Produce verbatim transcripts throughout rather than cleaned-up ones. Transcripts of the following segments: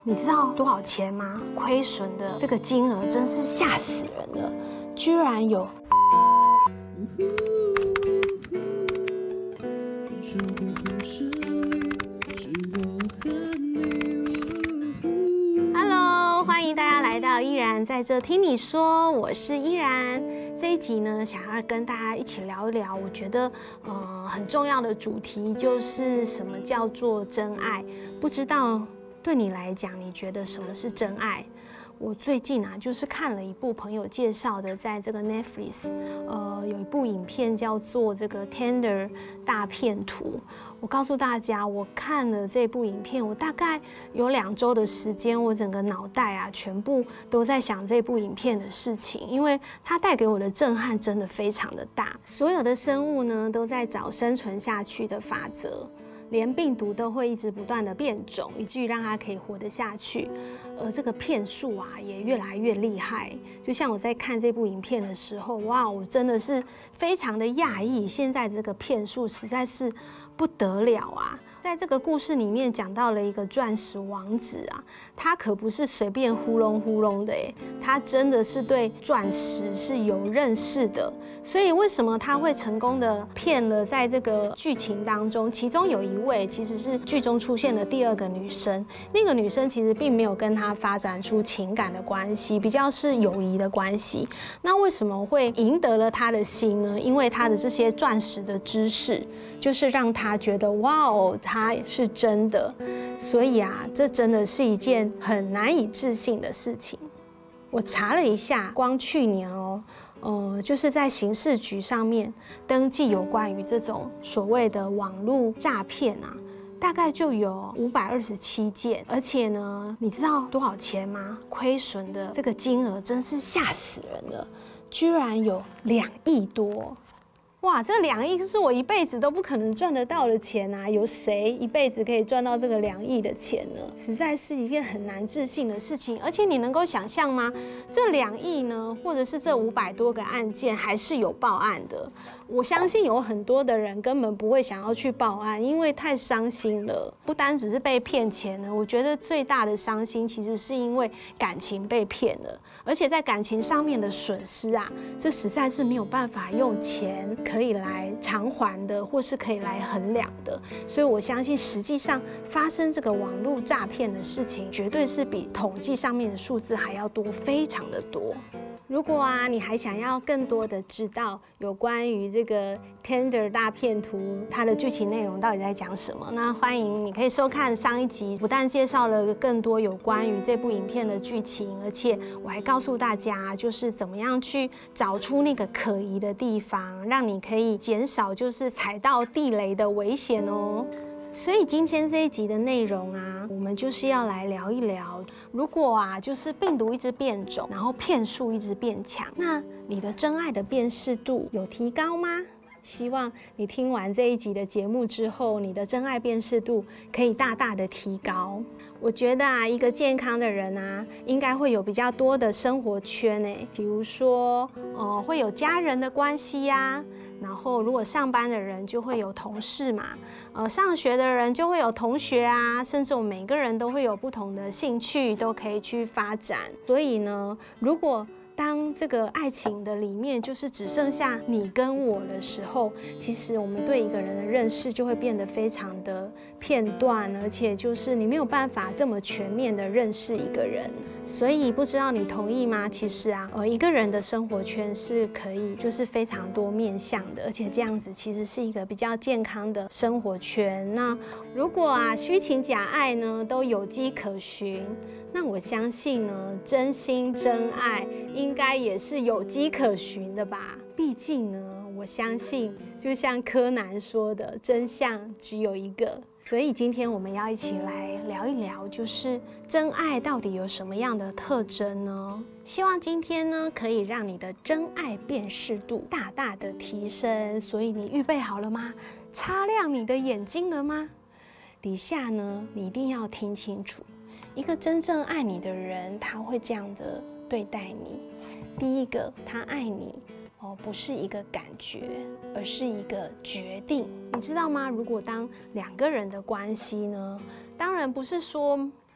你知道多少钱吗？亏损的这个金额真是吓死人了，居然有。Hello， 欢迎大家来到依然在这听你说，我是依然。这一集呢，想要跟大家一起聊一聊，我觉得呃很重要的主题就是什么叫做真爱。不知道对你来讲，你觉得什么是真爱？我最近啊，就是看了一部朋友介绍的，在这个 Netflix， 呃，有一部影片叫做这个 Tinder 大骗图。我告诉大家，我看了这部影片，我大概有两周的时间，我整个脑袋啊，全部都在想这部影片的事情，因为它带给我的震撼真的非常的大。所有的生物呢，都在找生存下去的法则。连病毒都会一直不断的变种，以至于让它可以活得下去。而这个骗术啊，也越来越厉害。就像我在看这部影片的时候，哇，我真的是非常的讶异，现在这个骗术实在是不得了啊！在这个故事里面讲到了一个钻石王子啊，他可不是随便糊弄糊弄的哎，他真的是对钻石是有认识的。所以为什么他会成功的骗了在这个剧情当中，其中有一位其实是剧中出现的第二个女生，那个女生其实并没有跟他发展出情感的关系，比较是友谊的关系。那为什么会赢得了他的心呢？因为他的这些钻石的知识，就是让他觉得哇哦，他是真的。所以啊，这真的是一件很难以置信的事情。我查了一下，光去年哦。呃，就是在刑事局上面登记有关于这种所谓的网络诈骗啊，大概就有五百二十七件，而且呢，你知道多少钱吗？亏损的这个金额真是吓死人了，居然有两亿多。哇，这两亿是我一辈子都不可能赚得到的钱啊！有谁一辈子可以赚到这个两亿的钱呢？实在是一件很难置信的事情。而且你能够想象吗？这两亿呢，或者是这五百多个案件，还是有报案的。我相信有很多的人根本不会想要去报案，因为太伤心了。不单只是被骗钱了，我觉得最大的伤心其实是因为感情被骗了，而且在感情上面的损失啊，这实在是没有办法用钱可以来偿还的，或是可以来衡量的。所以我相信，实际上发生这个网络诈骗的事情，绝对是比统计上面的数字还要多，非常的多。如果啊，你还想要更多的知道有关于这个 Tinder 大骗图它的剧情内容到底在讲什么，那欢迎你可以收看上一集，不但介绍了更多有关于这部影片的剧情，而且我还告诉大家就是怎么样去找出那个可疑的地方，让你可以减少就是踩到地雷的危险哦。所以今天这一集的内容啊，我们就是要来聊一聊，如果啊，就是病毒一直变种，然后骗术一直变强，那你的真爱的辨识度有提高吗？希望你听完这一集的节目之后，你的真爱辨识度可以大大的提高。我觉得啊，一个健康的人啊，应该会有比较多的生活圈诶，比如说，呃，会有家人的关系呀。然后，如果上班的人就会有同事嘛，呃，上学的人就会有同学啊，甚至我们每个人都会有不同的兴趣，都可以去发展。所以呢，如果当这个爱情的里面就是只剩下你跟我的时候，其实我们对一个人的认识就会变得非常的片段，而且就是你没有办法这么全面的认识一个人。所以不知道你同意吗？其实啊，呃，一个人的生活圈是可以就是非常多面向的，而且这样子其实是一个比较健康的生活圈。那如果啊虚情假爱呢都有迹可循，那我相信呢，真心真爱应该也是有迹可循的吧？毕竟呢，我相信就像柯南说的，真相只有一个。所以今天我们要一起来聊一聊，就是真爱到底有什么样的特征呢？希望今天呢，可以让你的真爱辨识度大大的提升。所以你预备好了吗？擦亮你的眼睛了吗？底下呢，你一定要听清楚。一个真正爱你的人，他会这样的对待你。第一个，他爱你哦，不是一个感觉，而是一个决定。你知道吗？如果当两个人的关系呢，当然不是说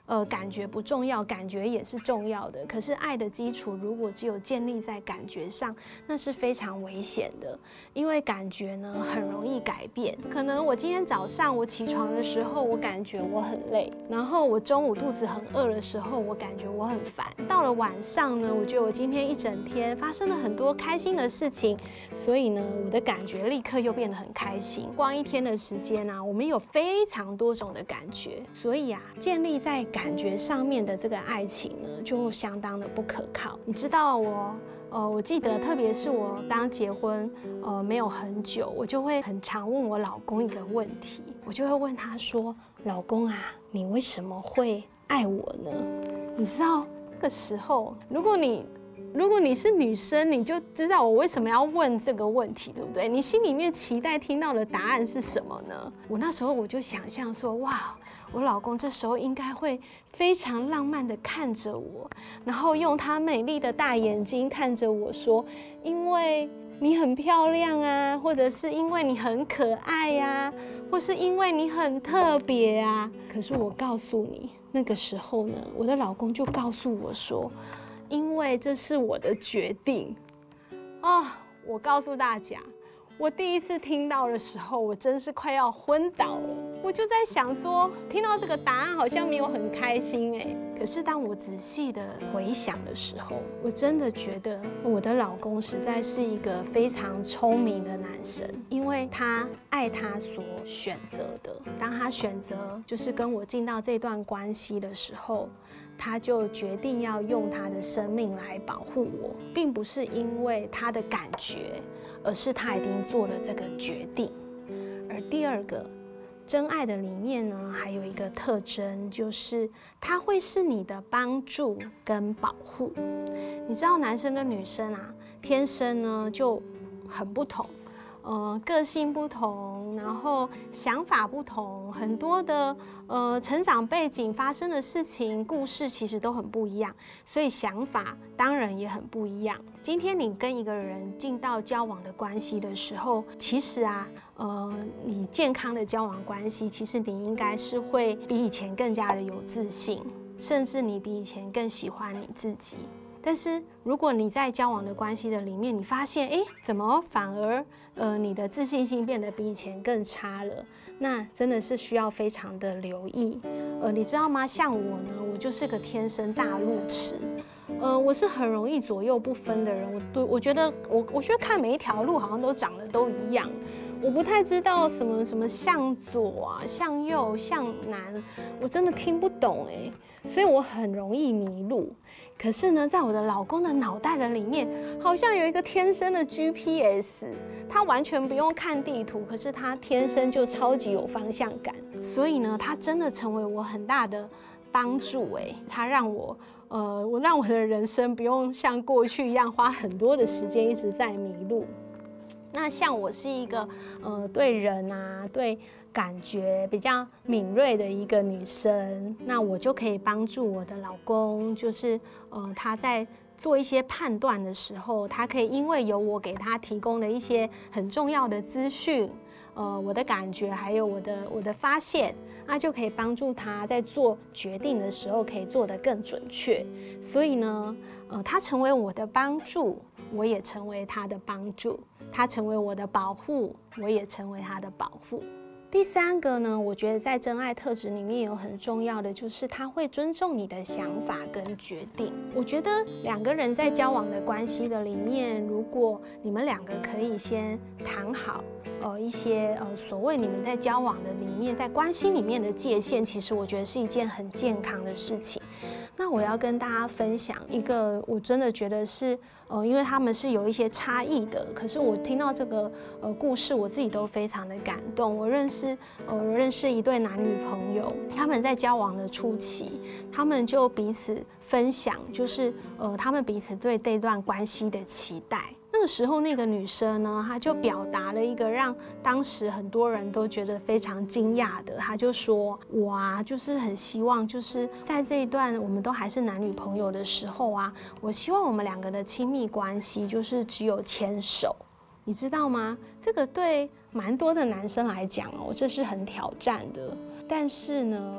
呃，感觉不重要，感觉也是重要的。可是爱的基础如果只有建立在感觉上，那是非常危险的，因为感觉呢很容易改变。可能我今天早上我起床的时候，我感觉我很累，然后我中午肚子很饿的时候，我感觉我很烦。到了晚上呢，我觉得我今天一整天发生了很多开心的事情，所以呢，我的感觉立刻又变得很开心。光一天的时间啊，我们有非常多种的感觉，所以啊，建立在感觉上面的这个爱情呢，就相当的不可靠。你知道我，呃，我记得，特别是我刚结婚，呃，没有很久，我就会很常问我老公一个问题，我就会问他说：“老公啊，你为什么会爱我呢？”你知道，这个时候，如果你如果你是女生，你就知道我为什么要问这个问题，对不对？你心里面期待听到的答案是什么呢？我那时候我就想象说，哇，我老公这时候应该会非常浪漫的看着我，然后用他美丽的大眼睛看着我说，因为你很漂亮啊，或者是因为你很可爱呀、啊，或是因为你很特别啊。可是我告诉你，那个时候呢，我的老公就告诉我说，因为这是我的决定啊、哦！我告诉大家，我第一次听到的时候，我真是快要昏倒了。我就在想说，听到这个答案好像没有很开心哎。可是当我仔细的回想的时候，我真的觉得我的老公实在是一个非常聪明的男生，因为他爱他所选择的。当他选择就是跟我进到这段关系的时候，他就决定要用他的生命来保护我，并不是因为他的感觉，而是他已经做了这个决定。而第二个，真爱的理念呢，还有一个特征，就是它会是你的帮助跟保护。你知道，男生跟女生啊，天生呢就很不同。呃，个性不同，然后想法不同，很多的呃成长背景发生的事情、故事其实都很不一样，所以想法当然也很不一样。今天你跟一个人进到交往的关系的时候，其实啊，呃，你健康的交往关系，其实你应该是会比以前更加的有自信，甚至你比以前更喜欢你自己。但是如果你在交往的关系的里面，你发现，哎，怎么反而呃你的自信心变得比以前更差了？那真的是需要非常的留意。呃，你知道吗？像我呢，我就是个天生大路痴。呃，我是很容易左右不分的人。我对我觉得我我觉得看每一条路好像都长得都一样。我不太知道什么什么向左啊、向右、向南，我真的听不懂哎，所以我很容易迷路。可是呢，在我的老公的脑袋的里面，好像有一个天生的 G P S， 他完全不用看地图，可是他天生就超级有方向感。所以呢，他真的成为我很大的帮助哎，他让我呃，我让我的人生不用像过去一样花很多的时间一直在迷路。那像我是一个呃对人啊对感觉比较敏锐的一个女生，那我就可以帮助我的老公，就是呃他在做一些判断的时候，他可以因为有我给他提供的一些很重要的资讯，呃我的感觉还有我的我的发现，那就可以帮助他在做决定的时候可以做得更准确。所以呢，呃他成为我的帮助，我也成为他的帮助。他成为我的保护，我也成为他的保护。第三个呢，我觉得在真爱特质里面有很重要的，就是他会尊重你的想法跟决定。我觉得两个人在交往的关系的里面，如果你们两个可以先谈好，呃，一些呃所谓你们在交往的里面，在关系里面的界限，其实我觉得是一件很健康的事情。那我要跟大家分享一个，我真的觉得是，呃，因为他们是有一些差异的，可是我听到这个呃故事，我自己都非常的感动。我认识，呃，认识一对男女朋友，他们在交往的初期，他们就彼此分享，就是呃，他们彼此对这段关系的期待。那个时候，那个女生呢，她就表达了一个让当时很多人都觉得非常惊讶的，她就说：“我啊，就是很希望，就是在这一段我们都还是男女朋友的时候啊，我希望我们两个的亲密关系就是只有牵手，你知道吗？这个对蛮多的男生来讲哦，这是很挑战的。但是呢，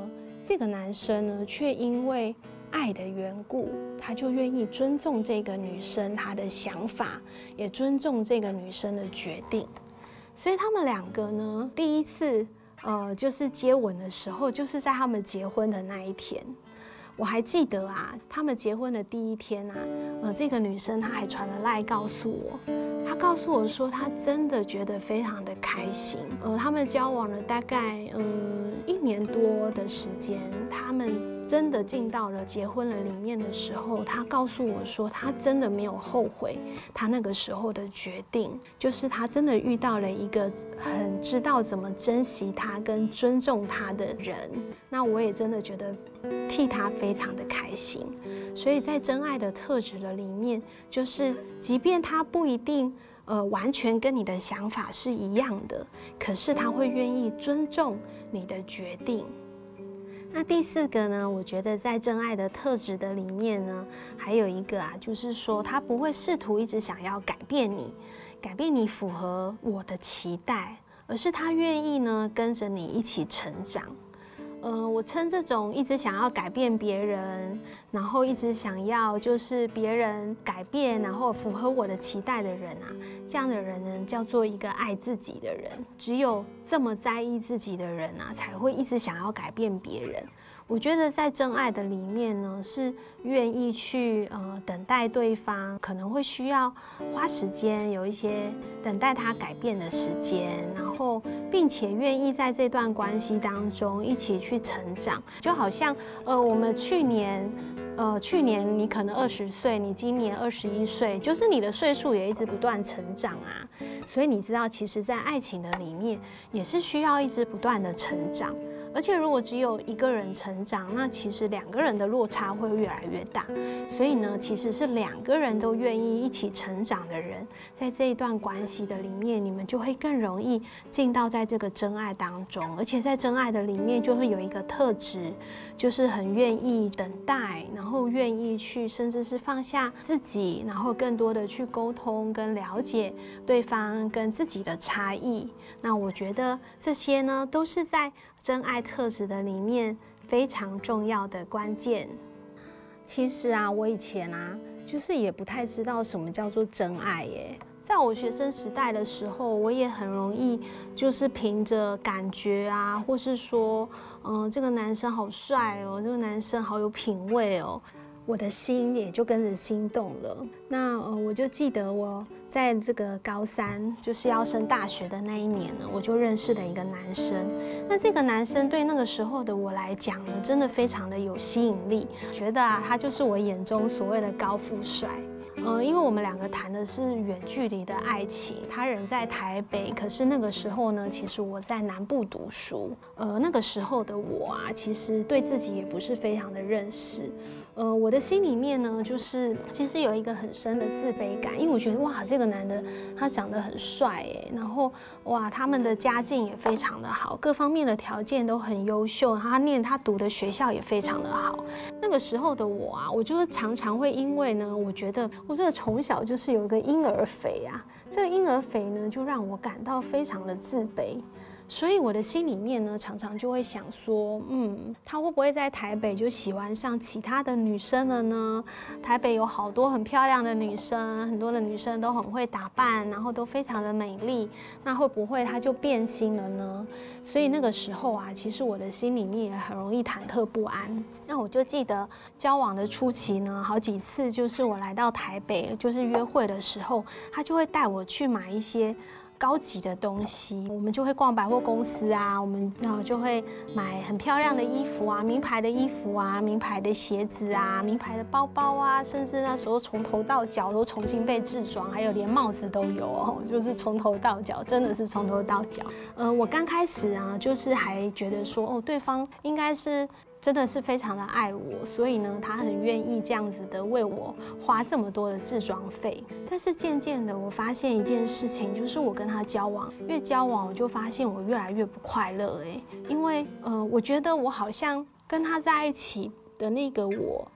这个男生呢，却因为爱的缘故，他就愿意尊重这个女生她的想法，也尊重这个女生的决定。所以他们两个呢，第一次呃就是接吻的时候，就是在他们结婚的那一天。我还记得啊，他们结婚的第一天啊，呃，这个女生她还传了赖告诉我，她告诉我说，她真的觉得非常的开心。呃，他们交往了大概嗯、呃、一年多的时间，他们真的进到了结婚了里面的时候，她告诉我说，她真的没有后悔她那个时候的决定，就是她真的遇到了一个很知道怎么珍惜她跟尊重她的人。那我也真的觉得替她非常的开心。所以在真爱的特质的里面，就是即便她不一定呃完全跟你的想法是一样的，可是她会愿意尊重你的决定。那第四个呢，我觉得在真爱的特质的里面呢，还有一个啊，就是说他不会试图一直想要改变你，改变你符合我的期待，而是他愿意呢跟着你一起成长。呃，我称这种一直想要改变别人，然后一直想要就是别人改变，然后符合我的期待的人啊，这样的人呢叫做一个爱自己的人。只有这么在意自己的人啊，才会一直想要改变别人。我觉得在真爱的里面呢，是愿意去呃等待对方，可能会需要花时间，有一些等待他改变的时间，然后并且愿意在这段关系当中一起去成长。就好像呃我们去年。呃，去年你可能二十岁，你今年二十一岁，就是你的岁数也一直不断成长啊。所以你知道，其实，在爱情的里面，也是需要一直不断的成长。而且如果只有一个人成长，那其实两个人的落差会越来越大。所以呢，其实是两个人都愿意一起成长的人，在这一段关系的里面，你们就会更容易进到在这个真爱当中。而且在真爱的里面，就会有一个特质，就是很愿意等待，然后愿意去，甚至是放下自己，然后更多的去沟通跟了解对方跟自己的差异。那我觉得这些呢，都是在真爱特质的里面非常重要的关键。其实啊，我以前啊，就是也不太知道什么叫做真爱耶。在我学生时代的时候，我也很容易就是凭着感觉啊，或是说，嗯、呃，这个男生好帅哦，这个男生好有品味哦，我的心也就跟着心动了。那呃，我就记得我在这个高三就是要升大学的那一年呢，我就认识了一个男生。那这个男生对那个时候的我来讲呢，真的非常的有吸引力，觉得啊，他就是我眼中所谓的高富帅。呃，因为我们两个谈的是远距离的爱情，他人在台北，可是那个时候呢，其实我在南部读书。呃，那个时候的我啊，其实对自己也不是非常的认识。呃，我的心里面呢，就是其实有一个很深的自卑感，因为我觉得哇，这个男的他长得很帅哎，然后哇，他们的家境也非常的好，各方面的条件都很优秀，他念他读的学校也非常的好。那个时候的我啊，我就是常常会因为呢，我觉得我这个从小就是有一个婴儿肥啊，这个婴儿肥呢，就让我感到非常的自卑。所以我的心里面呢，常常就会想说，嗯，他会不会在台北就喜欢上其他的女生了呢？台北有好多很漂亮的女生，很多的女生都很会打扮，然后都非常的美丽，那会不会他就变心了呢？所以那个时候啊，其实我的心里面也很容易忐忑不安。那我就记得交往的初期呢，好几次就是我来到台北，就是约会的时候，他就会带我去买一些高级的东西，我们就会逛百货公司啊，我们呃就会买很漂亮的衣服啊，名牌的衣服啊，名牌的鞋子啊，名牌的包包啊，甚至那时候从头到脚都重新被制装，还有连帽子都有哦，就是从头到脚，真的是从头到脚。呃，我刚开始啊，就是还觉得说，哦，对方应该是真的是非常的爱我，所以呢，他很愿意这样子的为我花这么多的制装费。但是渐渐的，我发现一件事情，就是我跟他交往，越交往我就发现我越来越不快乐哎，因为呃，我觉得我好像跟他在一起的那个我，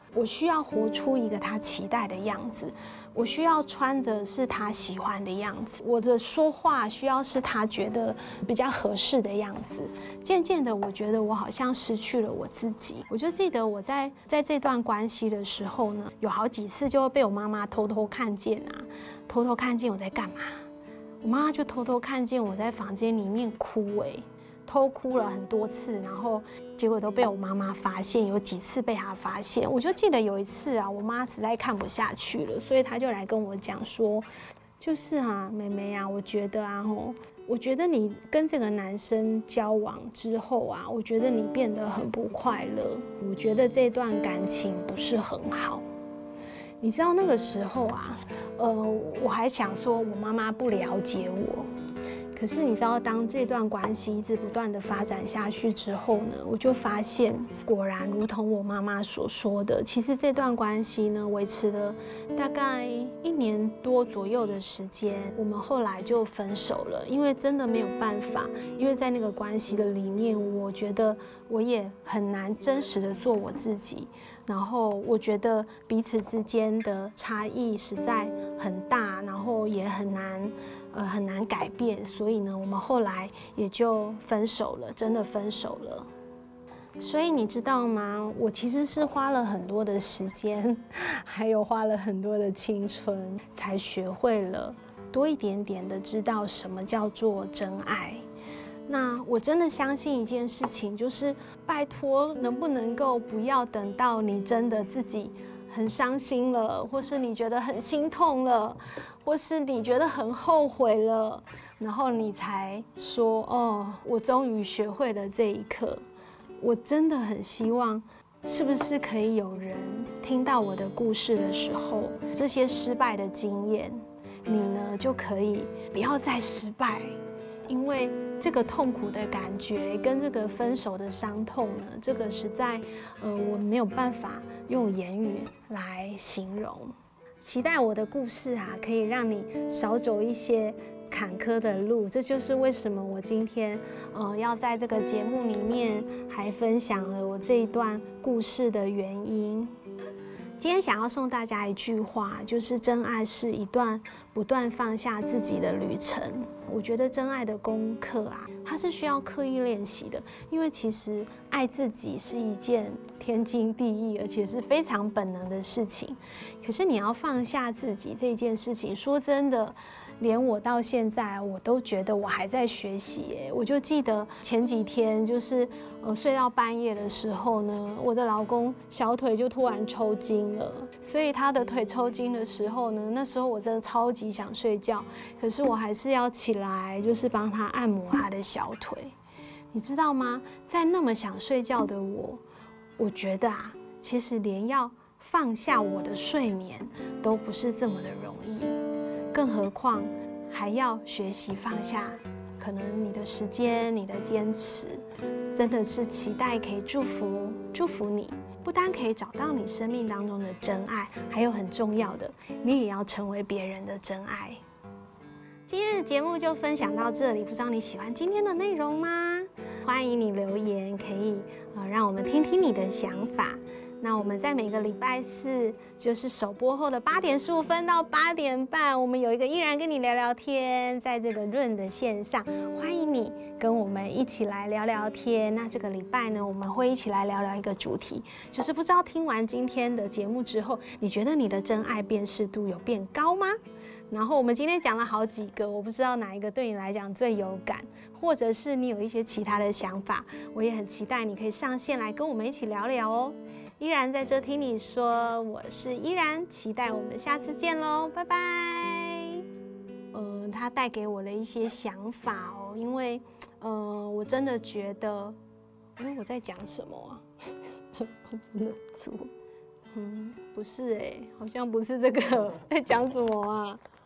我需要活出一个他期待的样子，我需要穿的是他喜欢的样子，我的说话需要是他觉得比较合适的样子。渐渐的，我觉得我好像失去了我自己。我就记得我在在这段关系的时候呢，有好几次就会被我妈妈偷偷看见啊，偷偷看见我在干嘛。我妈妈就偷偷看见我在房间里面哭，哎，偷哭了很多次，然后结果都被我妈妈发现，有几次被她发现。我就记得有一次啊，我妈实在看不下去了，所以她就来跟我讲说，就是啊，妹妹啊，我觉得啊，吼，我觉得你跟这个男生交往之后啊，我觉得你变得很不快乐，我觉得这段感情不是很好。你知道那个时候啊，呃，我还想说我妈妈不了解我，可是你知道，当这段关系一直不断的发展下去之后呢，我就发现，果然如同我妈妈所说的，其实这段关系呢，维持了大概一年多左右的时间，我们后来就分手了，因为真的没有办法，因为在那个关系的里面，我觉得我也很难真实的做我自己。然后我觉得彼此之间的差异实在很大，然后也很难，呃，很难改变，所以呢，我们后来也就分手了，真的分手了。所以你知道吗？我其实是花了很多的时间，还有花了很多的青春，才学会了多一点点的知道什么叫做真爱。那我真的相信一件事情，就是拜托，能不能够不要等到你真的自己很伤心了，或是你觉得很心痛了，或是你觉得很后悔了，然后你才说哦，我终于学会了这一课。我真的很希望，是不是可以有人听到我的故事的时候，这些失败的经验，你呢就可以不要再失败。因为这个痛苦的感觉跟这个分手的伤痛呢，这个实在，呃，我没有办法用言语来形容。期待我的故事啊，可以让你少走一些坎坷的路。这就是为什么我今天，呃，要在这个节目里面还分享了我这一段故事的原因。今天想要送大家一句话，就是真爱是一段不断放下自己的旅程。我觉得真爱的功课啊，它是需要刻意练习的，因为其实爱自己是一件天经地义，而且是非常本能的事情。可是你要放下自己这件事情，说真的，连我到现在我都觉得我还在学习耶。我就记得前几天就是呃睡到半夜的时候呢，我的老公小腿就突然抽筋了，所以他的腿抽筋的时候呢，那时候我真的超级想睡觉，可是我还是要起来，就是帮他按摩他的小腿。你知道吗？在那么想睡觉的我，我觉得啊，其实连要放下我的睡眠都不是这么的容易。更何况还要学习放下，可能你的时间、你的坚持，真的是期待可以祝福祝福你，不单可以找到你生命当中的真爱，还有很重要的，你也要成为别人的真爱。今天的节目就分享到这里，不知道你喜欢今天的内容吗？欢迎你留言，可以呃让我们听听你的想法。那我们在每个礼拜四，就是首播后的八点十五分到八点半，我们有一个依然跟你聊聊天，在这个润的线上，欢迎你跟我们一起来聊聊天。那这个礼拜呢，我们会一起来聊聊一个主题，就是不知道听完今天的节目之后，你觉得你的真爱辨识度有变高吗？然后我们今天讲了好几个，我不知道哪一个对你来讲最有感，或者是你有一些其他的想法，我也很期待你可以上线来跟我们一起聊聊哦。依然在这听你说，我是依然，期待我们下次见喽，拜拜。嗯、呃，他带给我的一些想法哦，因为，呃，我真的觉得，因为我在讲什么啊？我真的说，嗯，不是哎、欸，好像不是这个，在讲什么啊？